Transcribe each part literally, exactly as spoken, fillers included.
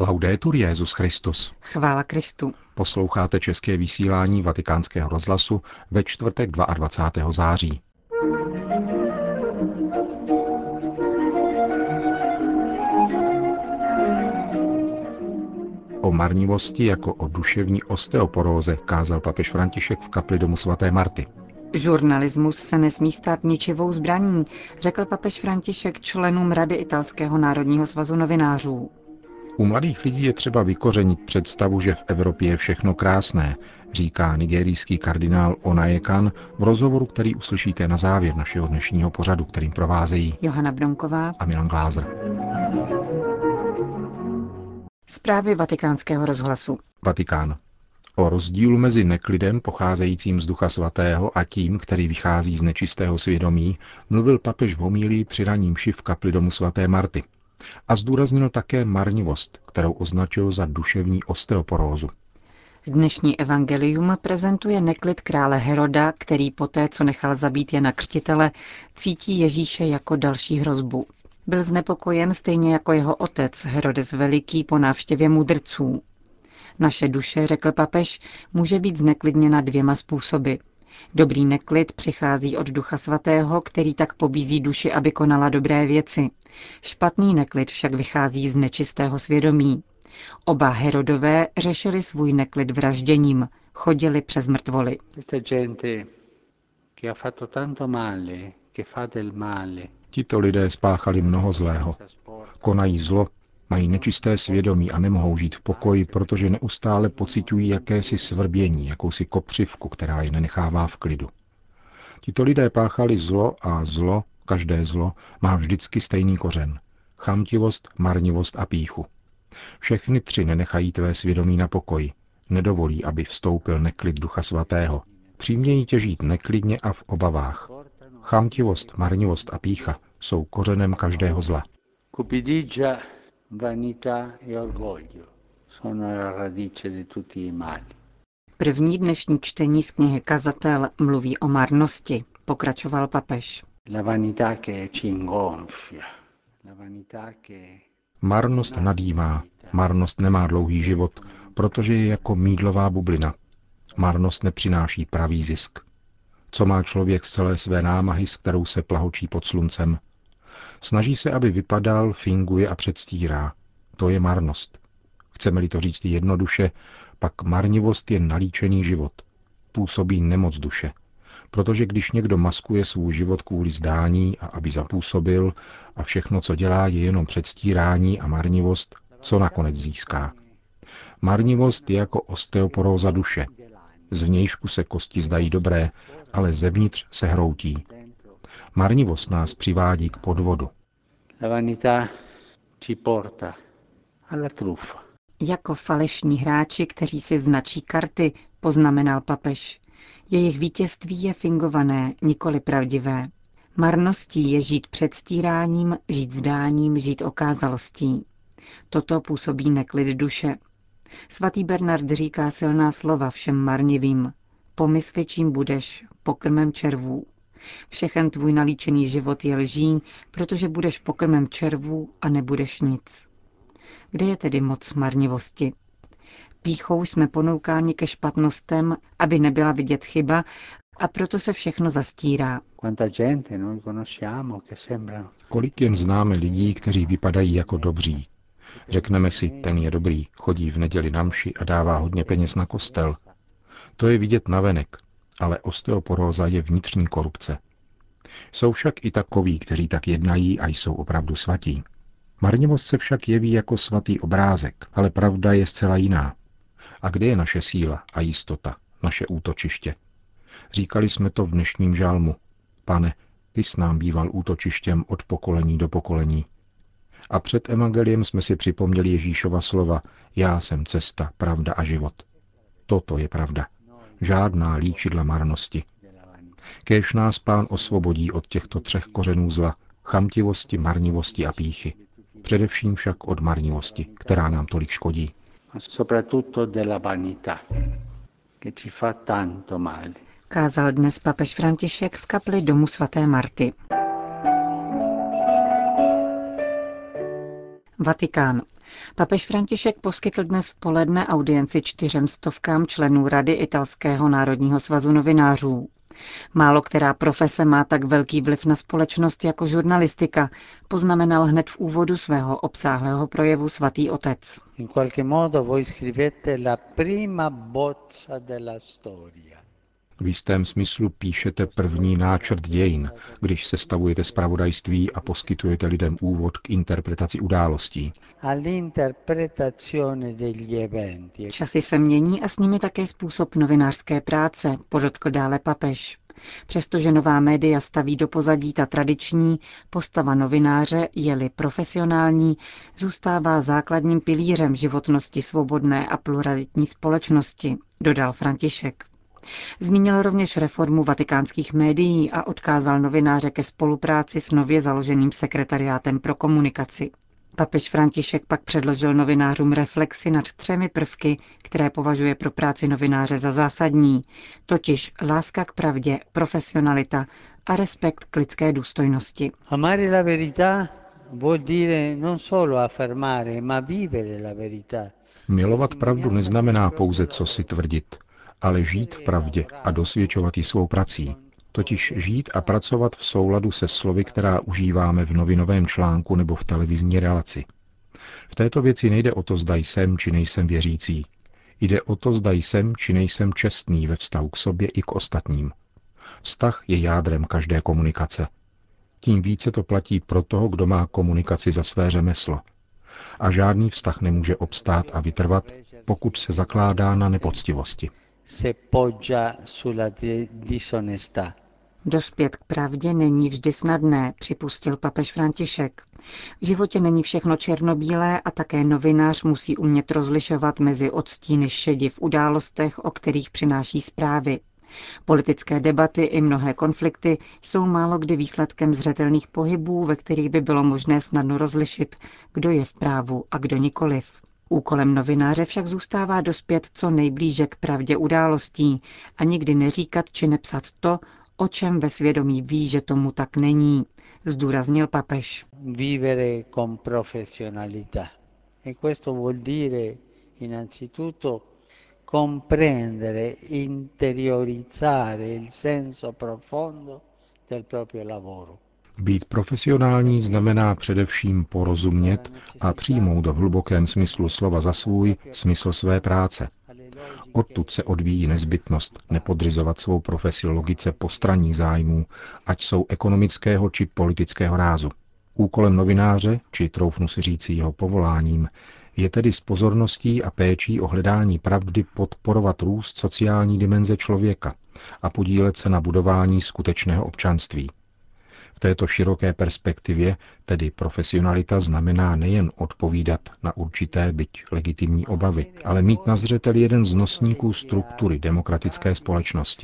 Laudetur Jesus Christus. Chvála Kristu. Posloucháte české vysílání Vatikánského rozhlasu ve čtvrtek dvacátého druhého září. O marnivosti jako o duševní osteoporóze kázal papež František v kapli domu svaté Marty. Žurnalismus se nesmí stát ničivou zbraní, řekl papež František členům Rady Italského národního svazu novinářů. U mladých lidí je třeba vykořenit představu, že v Evropě je všechno krásné, říká nigerijský kardinál Onajekan v rozhovoru, který uslyšíte na závěr našeho dnešního pořadu, kterým provázejí Johana Bronková a Milan Glázer. Zprávy Vatikánského rozhlasu. Vatikán. O rozdílu mezi neklidem pocházejícím z Ducha Svatého a tím, který vychází z nečistého svědomí, mluvil papež v homílii při ranní mši v kapli domu svaté Marty. A zdůraznil také marnivost, kterou označil za duševní osteoporózu. Dnešní evangelium prezentuje neklid krále Heroda, který poté, co nechal zabít Jana Křtitele, cítí Ježíše jako další hrozbu. Byl znepokojen stejně jako jeho otec Herodes Veliký po návštěvě mudrců. Naše duše, řekl papež, může být zneklidněna dvěma způsoby. Dobrý neklid přichází od Ducha Svatého, který tak pobízí duši, aby konala dobré věci. Špatný neklid však vychází z nečistého svědomí. Oba Herodové řešili svůj neklid vražděním, chodili přes mrtvoly. Tito lidé spáchali mnoho zlého. Konají zlo, mají nečisté svědomí a nemohou žít v pokoji, protože neustále pociťují jakési svrbění, jakousi kopřivku, která je nenechává v klidu. Tito lidé páchali zlo a zlo, každé zlo, má vždycky stejný kořen. Chamtivost, marnivost a pýchu. Všechny tři nenechají tvé svědomí na pokoji, nedovolí, aby vstoupil neklid Ducha Svatého. Přimějí tě žít neklidně a v obavách. Chamtivost, marnivost a pýcha jsou kořenem každého zla. Cupidigia, vanità e orgoglio sono la radice di tutti i mali. První dnešní čtení z knihy Kazatel mluví o marnosti, pokračoval papež. La vanità che ci ingonfia, la vanità che... Marnost nadýmá, marnost nemá dlouhý život, protože je jako mýdlová bublina. Marnost nepřináší pravý zisk. Co má člověk z celé své námahy, s kterou se plahočí pod sluncem? Snaží se, aby vypadal, finguje a předstírá. To je marnost. Chceme-li to říct jednoduše, pak marnivost je nalíčený život. Působí nemoc duše. Protože když někdo maskuje svůj život kvůli zdání a aby zapůsobil a všechno, co dělá, je jenom předstírání a marnivost, co nakonec získá. Marnivost je jako osteoporóza duše. Zvnějšku se kosti zdají dobré, ale zevnitř se hroutí. Marnivost nás přivádí k podvodu. La vanità ci porta alla truffa. Jako falešní hráči, kteří si značí karty, poznamenal papež. Jejich vítězství je fingované, nikoli pravdivé. Marností je žít předstíráním, žít zdáním, žít okázalostí. Toto působí neklid duše. Svatý Bernard říká silná slova všem marnivým. Pomysli, čím budeš, pokrmem červů. Všechen tvůj nalíčený život je lží, protože budeš pokrmem červů a nebudeš nic. Kde je tedy moc marnivosti? Pýchou jsme ponoukáni ke špatnostem, aby nebyla vidět chyba, a proto se všechno zastírá. Kolik jen známe lidí, kteří vypadají jako dobří. Řekneme si, ten je dobrý, chodí v neděli na mši a dává hodně peněz na kostel. To je vidět navenek, ale osteoporóza je vnitřní korupce. Jsou však i takoví, kteří tak jednají a jsou opravdu svatí. Marnivost se však jeví jako svatý obrázek, ale pravda je zcela jiná. A kde je naše síla a jistota, naše útočiště? Říkali jsme to v dnešním žalmu. Pane, ty jsi nám býval útočištěm od pokolení do pokolení. A před evangeliem jsme si připomněli Ježíšova slova: Já jsem cesta, pravda a život. Toto je pravda. Žádná líčidla marnosti. Kéž nás Pán osvobodí od těchto třech kořenů zla, chamtivosti, marnivosti a pýchy. Především však od marnivosti, která nám tolik škodí. Kázal dnes papež František v kapli domu svaté Marty. Vatikán. Papež František poskytl dnes v poledne audienci čtyřem stovkám členů Rady Italského národního svazu novinářů. Málo která profese má tak velký vliv na společnost jako žurnalistika, poznamenal hned v úvodu svého obsáhlého projevu svatý otec. In qualche modo voi scrivete la prima bozza della storia. V jistém smyslu píšete první náčrt dějin, když sestavujete zpravodajství a poskytujete lidem úvod k interpretaci událostí. All'interpretazione degli eventi. Časy se mění a s nimi také způsob novinářské práce, podotkl dále papež. Přestože nová média staví do pozadí ta tradiční, postava novináře, je-li profesionální, zůstává základním pilířem životnosti svobodné a pluralitní společnosti, dodal František. Zmínil rovněž reformu vatikánských médií a odkázal novináře ke spolupráci s nově založeným sekretariátem pro komunikaci. Papež František pak předložil novinářům reflexi nad třemi prvky, které považuje pro práci novináře za zásadní, totiž láska k pravdě, profesionalita a respekt k lidské důstojnosti. Amare la verità vuol dire non solo affermare, ma vivere la verità. Milovat pravdu neznamená pouze co si tvrdit, ale žít v pravdě a dosvědčovat ji svou prací. Totiž žít a pracovat v souladu se slovy, která užíváme v novinovém článku nebo v televizní relaci. V této věci nejde o to, zda jsem či nejsem věřící. Jde o to, zda jsem či nejsem čestný ve vztahu k sobě i k ostatním. Vztah je jádrem každé komunikace. Tím více to platí pro toho, kdo má komunikaci za své řemeslo. A žádný vztah nemůže obstát a vytrvat, pokud se zakládá na nepoctivosti. Se poggia sulla disonestà. Dospět k pravdě není vždy snadné, připustil papež František. V životě není všechno černobílé a také novinář musí umět rozlišovat mezi odstíny šedi v událostech, o kterých přináší zprávy. Politické debaty i mnohé konflikty jsou málo kdy výsledkem zřetelných pohybů, ve kterých by bylo možné snadno rozlišit, kdo je v právu a kdo nikoliv. Úkolem novináře však zůstává dospět co nejblíže k pravdě událostí a nikdy neříkat či nepsat to, o čem ve svědomí ví, že tomu tak není, zdůraznil papež. Vivere con professionalità. E questo vuol dire innanzitutto comprendere, interiorizzare il senso profondo del proprio lavoro. Být profesionální znamená především porozumět a přijmout v hlubokém smyslu slova za svůj smysl své práce. Odtud se odvíjí nezbytnost nepodřizovat svou profesi logice postranních zájmů, ať jsou ekonomického či politického rázu. Úkolem novináře, či troufnu si říci jeho povoláním, je tedy s pozorností a péčí o hledání pravdy podporovat růst sociální dimenze člověka a podílet se na budování skutečného občanství. V této široké perspektivě tedy profesionalita znamená nejen odpovídat na určité, byť legitimní obavy, ale mít na zřeteli jeden z nosníků struktury demokratické společnosti.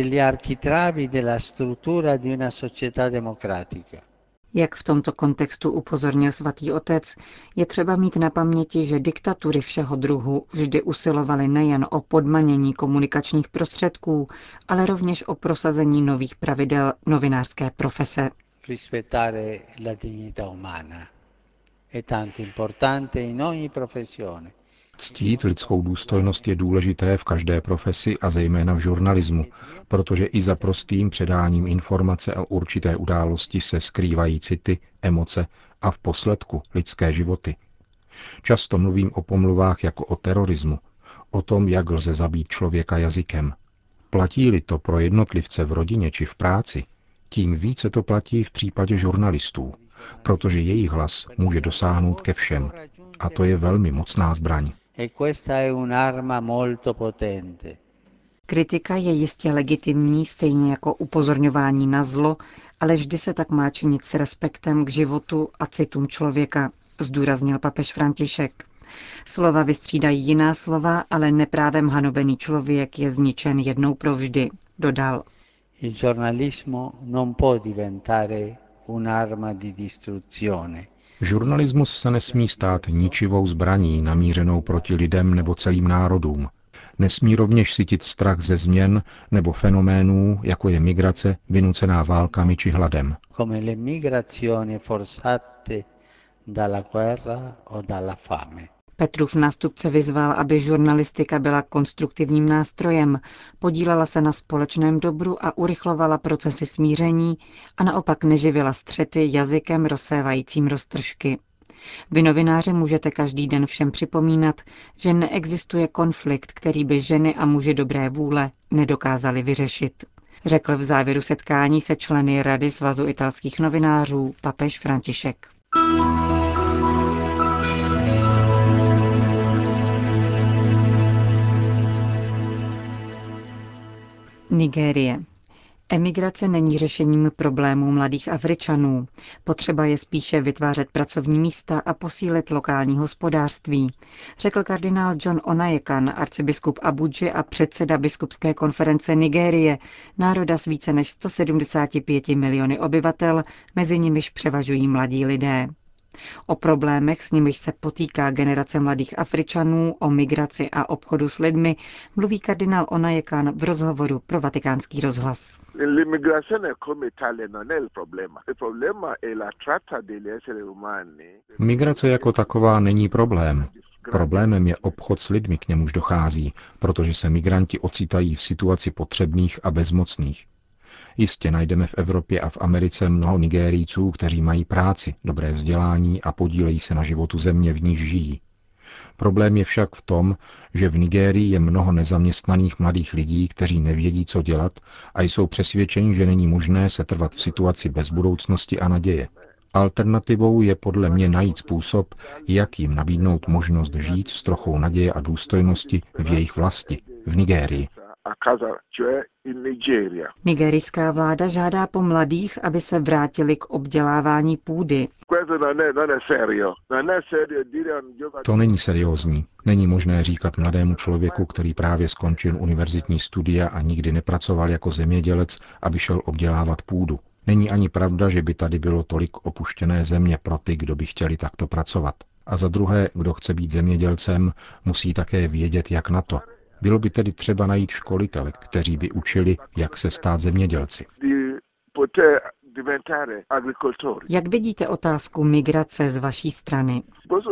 Jak v tomto kontextu upozornil svatý otec, je třeba mít na paměti, že diktatury všeho druhu vždy usilovaly nejen o podmanění komunikačních prostředků, ale rovněž o prosazení nových pravidel novinářské profese. Rispettare la dignità umana è tanto importante in ogni professione. Ctít lidskou důstojnost je důležité v každé profesi a zejména v žurnalismu, protože i za prostým předáním informace o určité události se skrývají city, emoce a v posledku lidské životy. Často mluvím o pomluvách jako o terorismu, o tom, jak lze zabít člověka jazykem. Platí-li to pro jednotlivce v rodině či v práci, tím více to platí v případě žurnalistů, protože jejich hlas může dosáhnout ke všem. A to je velmi mocná zbraň. Kritika je jistě legitimní, stejně jako upozorňování na zlo, ale vždy se tak má činit s respektem k životu a citům člověka, zdůraznil papež František. Slova vystřídají jiná slova, ale neprávem hanobený člověk je zničen jednou provždy, dodal. Il giornalismo non può diventare un'arma di distruzione. Žurnalismus se nesmí stát ničivou zbraní namířenou proti lidem nebo celým národům. Nesmí rovněž sytit strach ze změn nebo fenoménů, jako je migrace vynucená válkami či hladem. Come le migrazioni forzate dalla guerra o dalla fame. Petrův nástupce vyzval, aby žurnalistika byla konstruktivním nástrojem, podílela se na společném dobru a urychlovala procesy smíření a naopak neživila střety jazykem rozsévajícím roztržky. Vy novináři můžete každý den všem připomínat, že neexistuje konflikt, který by ženy a muži dobré vůle nedokázali vyřešit, řekl v závěru setkání se členy Rady Svazu italských novinářů papež František. Nigérie. Emigrace není řešením problémů mladých Afričanů. Potřeba je spíše vytvářet pracovní místa a posílit lokální hospodářství, řekl kardinál John Onaiyekan, arcibiskup Abuji a předseda biskupské konference Nigérie, národa s více než sto sedmdesáti pěti miliony obyvatel, mezi nimiž převažují mladí lidé. O problémech, s nimiž se potýká generace mladých Afričanů, o migraci a obchodu s lidmi, mluví kardinál Onaiyekan v rozhovoru pro Vatikánský rozhlas. Migrace jako taková není problém. Problémem je obchod s lidmi, k němuž dochází, protože se migranti ocitají v situaci potřebných a bezmocných. Jistě najdeme v Evropě a v Americe mnoho Nigérijců, kteří mají práci, dobré vzdělání a podílejí se na životu země, v níž žijí. Problém je však v tom, že v Nigérii je mnoho nezaměstnaných mladých lidí, kteří nevědí, co dělat a jsou přesvědčeni, že není možné se trvat v situaci bez budoucnosti a naděje. Alternativou je podle mě najít způsob, jak jim nabídnout možnost žít s trochou naděje a důstojnosti v jejich vlasti, v Nigérii. Nigerijská vláda žádá po mladých, aby se vrátili k obdělávání půdy. To není seriózní. Není možné říkat mladému člověku, který právě skončil univerzitní studia a nikdy nepracoval jako zemědělec, aby šel obdělávat půdu. Není ani pravda, že by tady bylo tolik opuštěné země pro ty, kdo by chtěli takto pracovat. A za druhé, kdo chce být zemědělcem, musí také vědět, jak na to. Bylo by tedy třeba najít školitele, kteří by učili, jak se stát zemědělci. Jak vidíte otázku migrace z vaší strany?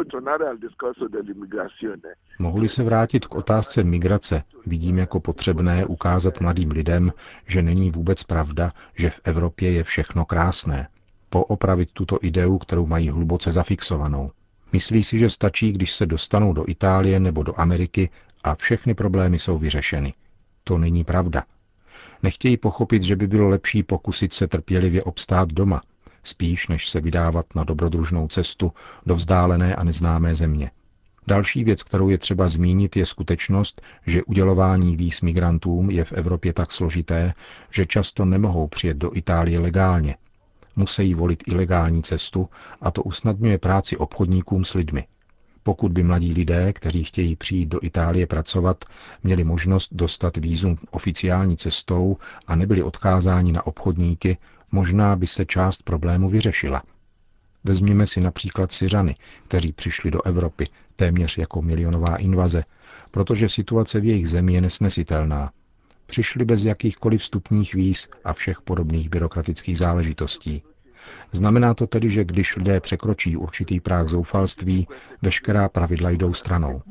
Mohli se vrátit k otázce migrace, vidím jako potřebné ukázat mladým lidem, že není vůbec pravda, že v Evropě je všechno krásné. Poopravit tuto ideu, kterou mají hluboce zafixovanou. Myslí si, že stačí, když se dostanou do Itálie nebo do Ameriky a všechny problémy jsou vyřešeny. To není pravda. Nechtějí pochopit, že by bylo lepší pokusit se trpělivě obstát doma, spíš než se vydávat na dobrodružnou cestu do vzdálené a neznámé země. Další věc, kterou je třeba zmínit, je skutečnost, že udělování víz migrantům je v Evropě tak složité, že často nemohou přijet do Itálie legálně. Musí volit ilegální cestu a to usnadňuje práci obchodníkům s lidmi. Pokud by mladí lidé, kteří chtějí přijít do Itálie pracovat, měli možnost dostat vízum oficiální cestou a nebyli odkázáni na obchodníky, možná by se část problému vyřešila. Vezměme si například Syřany, kteří přišli do Evropy téměř jako milionová invaze, protože situace v jejich zemi je nesnesitelná. Přišli bez jakýchkoliv vstupních víz a všech podobných byrokratických záležitostí. Znamená to tedy, že když lidé překročí určitý práh zoufalství, veškerá pravidla jdou stranou.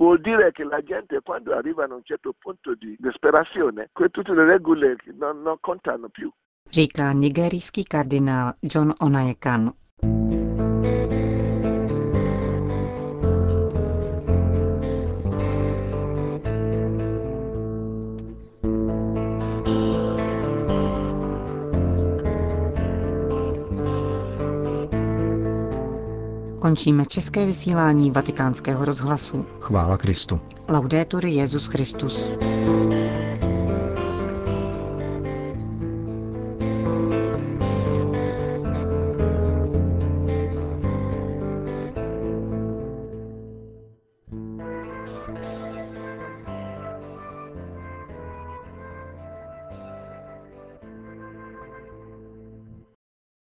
Říká nigerijský kardinál John Onaiyekan. Končíme české vysílání Vatikánského rozhlasu. Chvála Kristu. Laudetur Jesus Christus.